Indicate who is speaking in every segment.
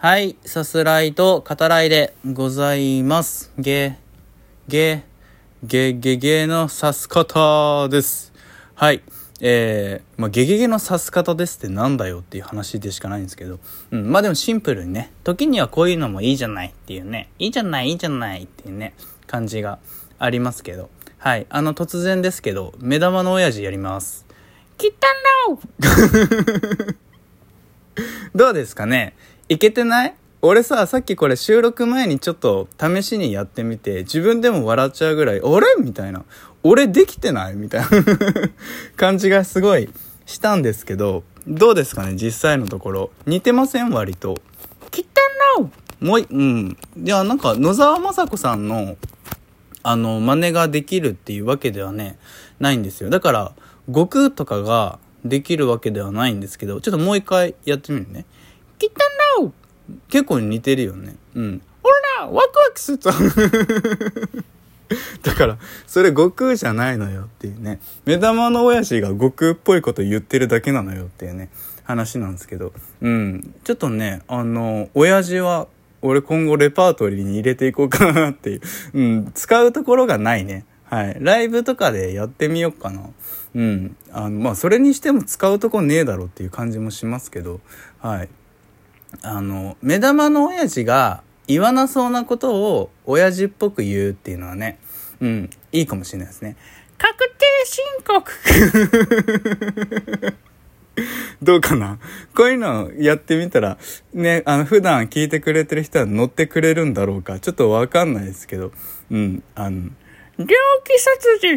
Speaker 1: はい、さすらいと語らいでございます。ゲのさす方です。はい。ゲのさす方ですってなんだよっていう話でしかないんですけど、まあでもシンプルにね、時にはこういうのもいいじゃないっていうね、いいじゃないっていうね、感じがありますけど、はい。突然ですけど、目玉の親父やります。きたんろどうですかね、いけてない？俺さっきこれ収録前にちょっと試しにやってみて、自分でも笑っちゃうぐらい、あれみたいな。俺できてないみたいな感じがすごいしたんですけど、どうですかね、実際のところ。似てません？割と。きったんのいや、なんか、野沢雅子さんの、真似ができるっていうわけではね、ないんですよ。だから、悟空とかができるわけではないんですけど、ちょっともう一回やってみるね。きったんの結構似てるよね。ほらワクワクするとだからそれ悟空じゃないのよっていうね、目玉の親父が悟空っぽいこと言ってるだけなのよっていうね話なんですけど、ちょっとね親父は俺今後レパートリーに入れていこうかなっていう、使うところがないね。はい、ライブとかでやってみようかな。それにしても使うとこねえだろっていう感じもしますけど、はい。目玉の親父が言わなそうなことを親父っぽく言うっていうのはね、いいかもしれないですね。確定申告どうかな、こういうのやってみたらね、普段聞いてくれてる人は乗ってくれるんだろうか、ちょっとわかんないですけど、猟奇殺人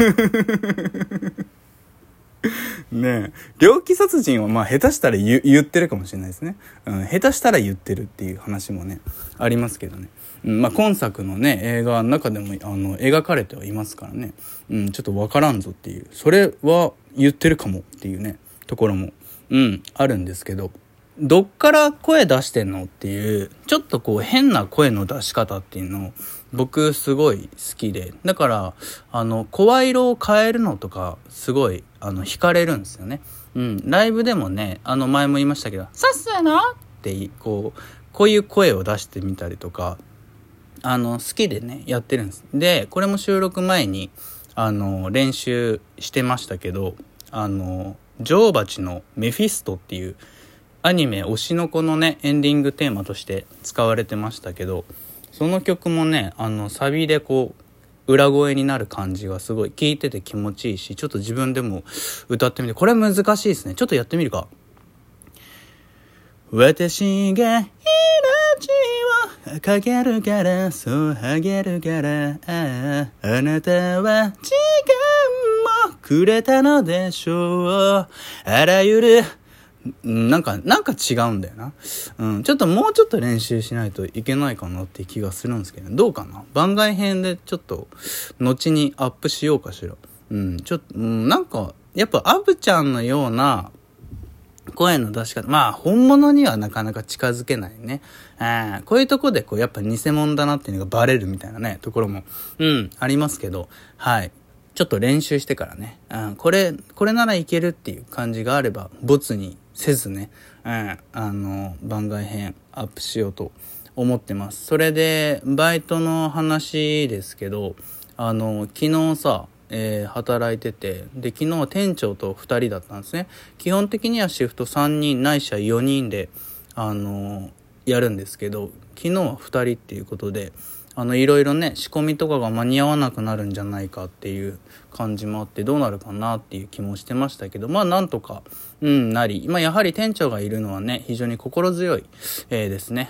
Speaker 1: ねえ、猟奇殺人は下手したら言ってるかもしれないですね。下手したら言ってるっていう話もねありますけどね。今作のね映画の中でも描かれてはいますからね。ちょっとわからんぞっていう、それは言ってるかもっていうねところもあるんですけど、どっから声出してんのっていうちょっとこう変な声の出し方っていうのを僕すごい好きで、だから声色を変えるのとかすごい惹かれるんですよね。ライブでもね前も言いましたけど、さっせなってこういう声を出してみたりとか好きでねやってるんです。でこれも収録前に練習してましたけど、女王蜂のメフィストっていうアニメ推しの子のねエンディングテーマとして使われてましたけど、その曲もねサビでこう裏声になる感じがすごい聴いてて気持ちいいし、ちょっと自分でも歌ってみて、これ難しいですね。ちょっとやってみるか。私が命をかけるからそうはげるから、あなたは時間もくれたのでしょう、あらゆるなんか違うんだよな。ちょっともうちょっと練習しないといけないかなって気がするんですけど、どうかな。番外編でちょっと後にアップしようかしら。ちょっと、なんかやっぱアブちゃんのような声の出し方、本物にはなかなか近づけないね。こういうとこでこうやっぱ偽物だなっていうのがバレるみたいなねところもありますけど、はい。ちょっと練習してからね、これならいけるっていう感じがあればボツにせずね、番外編アップしようと思ってます。それでバイトの話ですけど、昨日さ、働いてて、で昨日は店長と2人だったんですね。基本的にはシフト3人ないしは4人でやるんですけど、昨日は2人っていうことでいろいろね仕込みとかが間に合わなくなるんじゃないかっていう感じもあって、どうなるかなっていう気もしてましたけど、なんとかなり、やはり店長がいるのはね非常に心強い、ですね。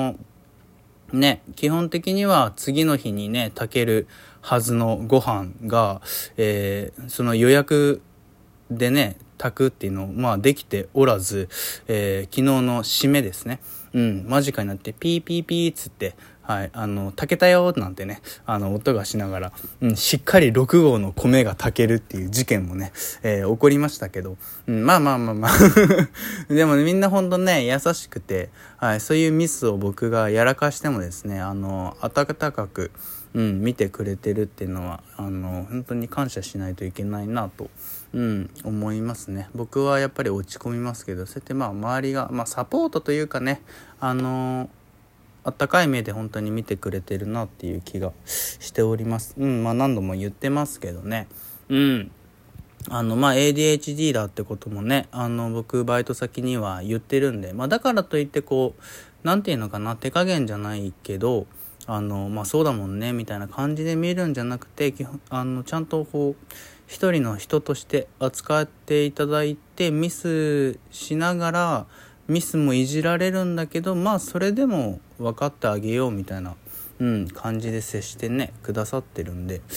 Speaker 1: 基本的には次の日にね炊けるはずのご飯が、その予約でね炊くっていうのをできておらず、昨日の締めですね、間近になってピーピーピーっつって、はい、炊けたよなんてね音がしながら、しっかり6合の米が炊けるっていう事件もね、起こりましたけど、まあでも、みんなほんとね優しくて、はい、そういうミスを僕がやらかしてもですね温かく見てくれてるっていうのは本当に感謝しないといけないなと、思いますね。僕はやっぱり落ち込みますけど、そうやって周りが、サポートというかね、あったかい目で本当に見てくれてるなっていう気がしております。何度も言ってますけどね。ADHD だってこともね、僕バイト先には言ってるんで、だからといってなんていうのかな、手加減じゃないけど、そうだもんねみたいな感じで見るんじゃなくて、ちゃんと一人の人として扱っていただいて、ミスしながらミスもいじられるんだけど、それでも分かってあげようみたいな、感じで接してねくださってるんで、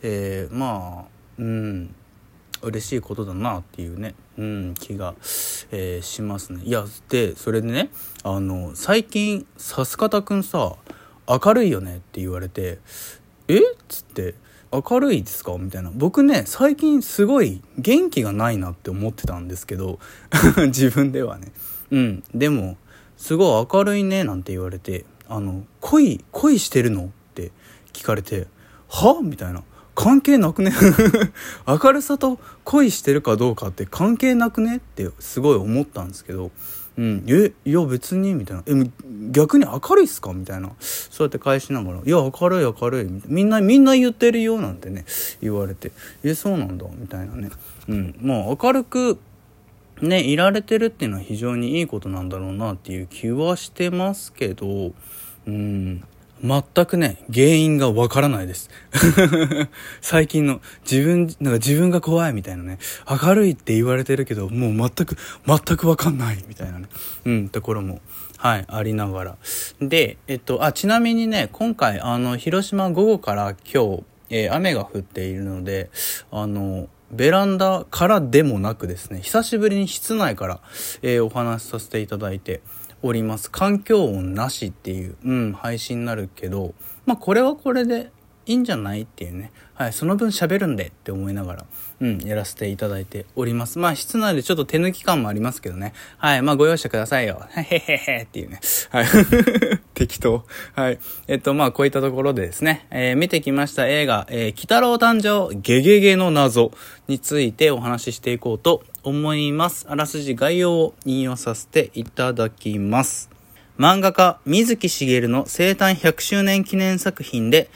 Speaker 1: 嬉しいことだなっていうね、気が、しますね。いや、でそれでね、最近さす方くんさ明るいよねって言われて、っつって、明るいですかみたいな。僕ね最近すごい元気がないなって思ってたんですけど自分ではね、でもすごい明るいねなんて言われて、恋してるのって聞かれて、はみたいな、関係なくね明るさと恋してるかどうかって関係なくねってすごい思ったんですけど、いや別にみたいな、逆に明るいっすかみたいな、そうやって返しながら、いや明るいみんな言ってるよなんてね言われて、そうなんだみたいなね、明るくねいられてるっていうのは非常にいいことなんだろうなっていう気はしてますけど、全くね原因がわからないです最近の自分が怖いみたいなね、明るいって言われてるけどもう全くわかんないみたいなね、ところもありながらで、ちなみにね今回広島午後から今日、雨が降っているので、ベランダからでもなくですね、久しぶりに室内から、お話しさせていただいております。環境音なしっていう、配信になるけど、これはこれでいいんじゃないっていうね、その分喋るんでって思いながら、やらせていただいております。室内でちょっと手抜き感もありますけどね、ご容赦くださいよへへへへっていうね適当。こういったところでですね、見てきました映画、鬼太郎誕生ゲゲゲの謎についてお話ししていこうと思います。あらすじ概要を引用させていただきます。漫画家水木しげるの生誕100周年記念作品で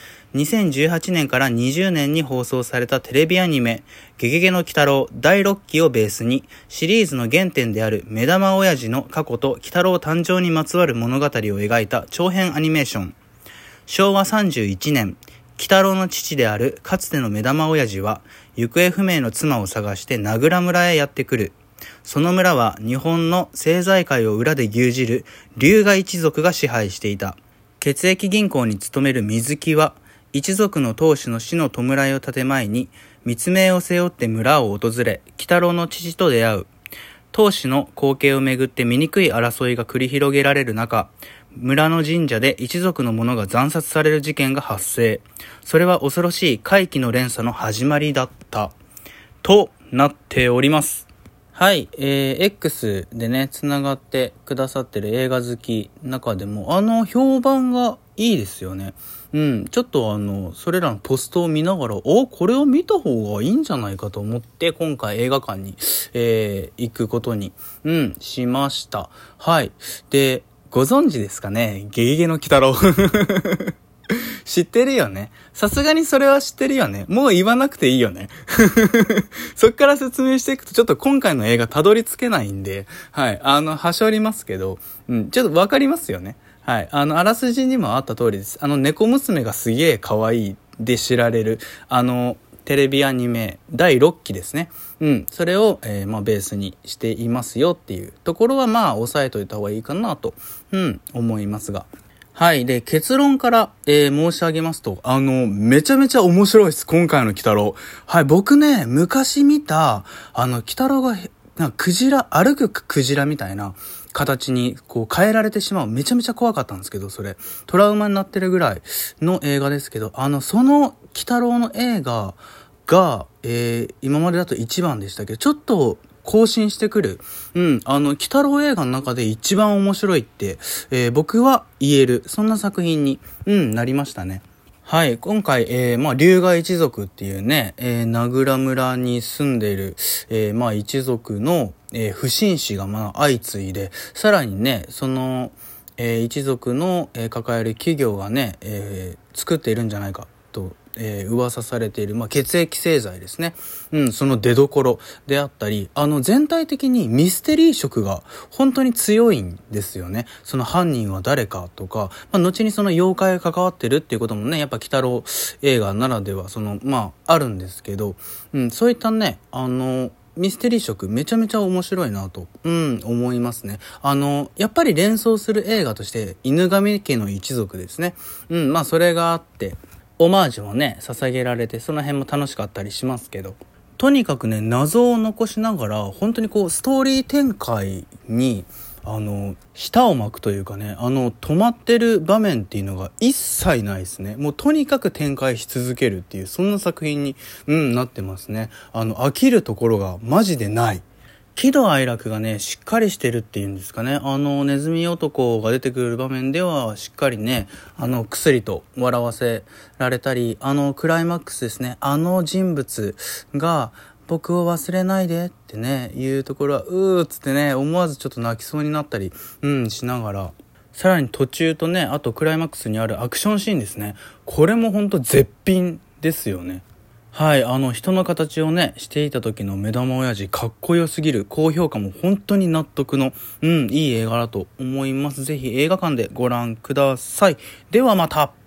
Speaker 1: 2018年から20年に放送されたテレビアニメゲゲゲの鬼太郎第6期をベースに、シリーズの原点である目玉親父の過去と鬼太郎誕生にまつわる物語を描いた長編アニメーション。昭和31年、鬼太郎の父であるかつての目玉親父は行方不明の妻を探して名倉村へやってくる。その村は日本の政財界を裏で牛耳る龍河一族が支配していた。血液銀行に勤める水木は一族の当主の死の弔いを建前に密命を背負って村を訪れ、鬼太郎の父と出会う。当主の後継をめぐって醜い争いが繰り広げられる中、村の神社で一族の者が惨殺される事件が発生。それは恐ろしい怪奇の連鎖の始まりだったとなっております。X でねつながってくださってる映画好き中でも評判がいいですよね。ちょっとそれらのポストを見ながら、これを見た方がいいんじゃないかと思って今回映画館に、行くことに、しました。で、ご存知ですかね、ゲゲゲの鬼太郎知ってるよね。さすがにそれは知ってるよね。もう言わなくていいよねそっから説明していくとちょっと今回の映画たどり着けないんで、はしょりますけど、ちょっとわかりますよね。あらすじにもあった通りです。猫娘がすげえ可愛いで知られるテレビアニメ第6期ですね。それを、ベースにしていますよっていうところは押さえといた方がいいかなと、思いますが。で、結論から、申し上げますと、めちゃめちゃ面白いです、今回の鬼太郎。僕ね、昔見た、鬼太郎が、歩くクジラみたいな形に変えられてしまう。めちゃめちゃ怖かったんですけど、それ。トラウマになってるぐらいの映画ですけど、その鬼太郎の映画が、今までだと一番でしたけど、ちょっと、更新してくる。鬼太郎映画の中で一番面白いって、僕は言える。そんな作品に、なりましたね。 はい、今回、龍河一族っていうね、名倉村に住んでいる、一族の、不審死が相次いで、さらにね、その、一族の、抱える企業がね、作っているんじゃないかと、噂されている、血液製剤ですね。その出所であったり、全体的にミステリー色が本当に強いんですよね。その犯人は誰かとか、後にその妖怪が関わってるっていうこともね、やっぱ鬼太郎映画ならでは、あるんですけど、そういったね、ミステリー色めちゃめちゃ面白いなと、思いますね。やっぱり連想する映画として犬神家の一族ですね。それがあって、オマージュもね、捧げられて、その辺も楽しかったりしますけど、とにかくね、謎を残しながら、本当にこう、ストーリー展開に、舌を巻くというかね、止まってる場面っていうのが一切ないですね。もうとにかく展開し続けるっていう、そんな作品に、なってますね。飽きるところがマジでない。喜怒哀楽がね、しっかりしてるっていうんですかね。ネズミ男が出てくる場面では、しっかりね、薬と笑わせられたり、クライマックスですね。人物が、僕を忘れないでってね、いうところは、っつってね、思わずちょっと泣きそうになったり、しながら、さらに途中とね、あとクライマックスにあるアクションシーンですね。これもほんと絶品ですよね。はい、人の形をね、していた時の目玉親父、かっこよすぎる。高評価も本当に納得の、いい映画だと思います。ぜひ映画館でご覧ください。ではまた。